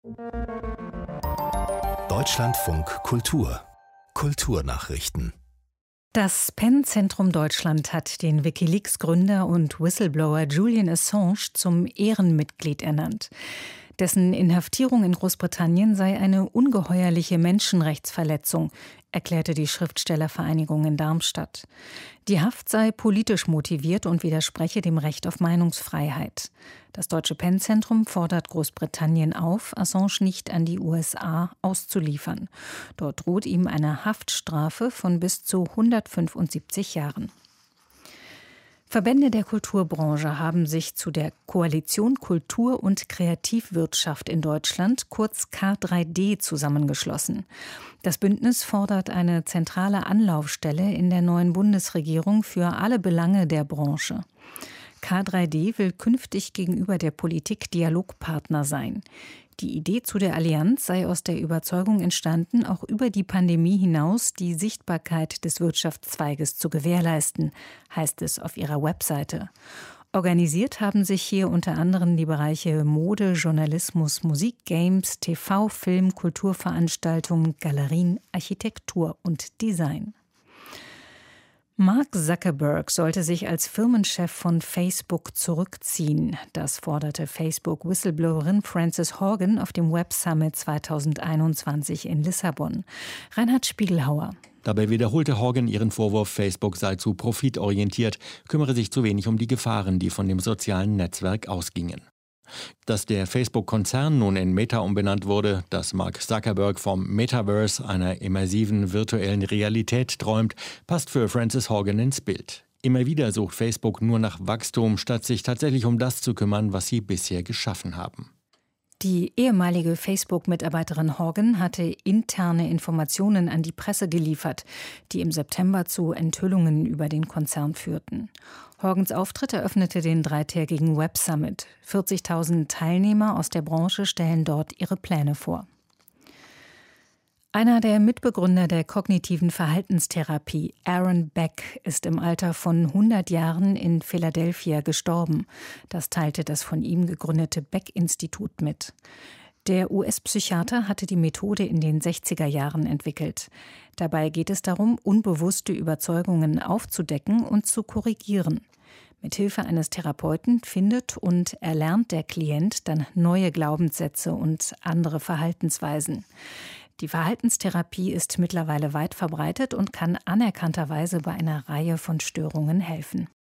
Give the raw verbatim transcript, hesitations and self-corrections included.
Deutschlandfunk Kultur Kulturnachrichten. Das Penn-Zentrum Deutschland hat den WikiLeaks-Gründer und Whistleblower Julian Assange zum Ehrenmitglied ernannt. Dessen Inhaftierung in Großbritannien sei eine ungeheuerliche Menschenrechtsverletzung, erklärte die Schriftstellervereinigung in Darmstadt. Die Haft sei politisch motiviert und widerspreche dem Recht auf Meinungsfreiheit. Das deutsche Penn-Zentrum fordert Großbritannien auf, Assange nicht an die U S A auszuliefern. Dort droht ihm eine Haftstrafe von bis zu hundertfünfundsiebzig Jahren. Verbände der Kulturbranche haben sich zu der Koalition Kultur- und Kreativwirtschaft in Deutschland, kurz K drei D, zusammengeschlossen. Das Bündnis fordert eine zentrale Anlaufstelle in der neuen Bundesregierung für alle Belange der Branche. K drei D will künftig gegenüber der Politik Dialogpartner sein. Die Idee zu der Allianz sei aus der Überzeugung entstanden, auch über die Pandemie hinaus die Sichtbarkeit des Wirtschaftszweiges zu gewährleisten, heißt es auf ihrer Webseite. Organisiert haben sich hier unter anderem die Bereiche Mode, Journalismus, Musik, Games, T V, Film, Kulturveranstaltungen, Galerien, Architektur und Design. Mark Zuckerberg sollte sich als Firmenchef von Facebook zurückziehen. Das forderte Facebook-Whistleblowerin Frances Haugen auf dem Web Summit zweitausendeinundzwanzig in Lissabon. Reinhard Spiegelhauer. Dabei wiederholte Haugen ihren Vorwurf, Facebook sei zu profitorientiert, kümmere sich zu wenig um die Gefahren, die von dem sozialen Netzwerk ausgingen. Dass der Facebook-Konzern nun in Meta umbenannt wurde, dass Mark Zuckerberg vom Metaverse, einer immersiven virtuellen Realität, träumt, passt für Frances Haugen ins Bild. Immer wieder sucht Facebook nur nach Wachstum, statt sich tatsächlich um das zu kümmern, was sie bisher geschaffen haben. Die ehemalige Facebook-Mitarbeiterin Haugen hatte interne Informationen an die Presse geliefert, die im September zu Enthüllungen über den Konzern führten. Haugens Auftritt eröffnete den dreitägigen Web Summit. vierzigtausend Teilnehmer aus der Branche stellen dort ihre Pläne vor. Einer der Mitbegründer der kognitiven Verhaltenstherapie, Aaron Beck, ist im Alter von hundert Jahren in Philadelphia gestorben. Das teilte das von ihm gegründete Beck-Institut mit. Der U S-Psychiater hatte die Methode in den sechziger Jahren entwickelt. Dabei geht es darum, unbewusste Überzeugungen aufzudecken und zu korrigieren. Mithilfe eines Therapeuten findet und erlernt der Klient dann neue Glaubenssätze und andere Verhaltensweisen. Die Verhaltenstherapie ist mittlerweile weit verbreitet und kann anerkannterweise bei einer Reihe von Störungen helfen.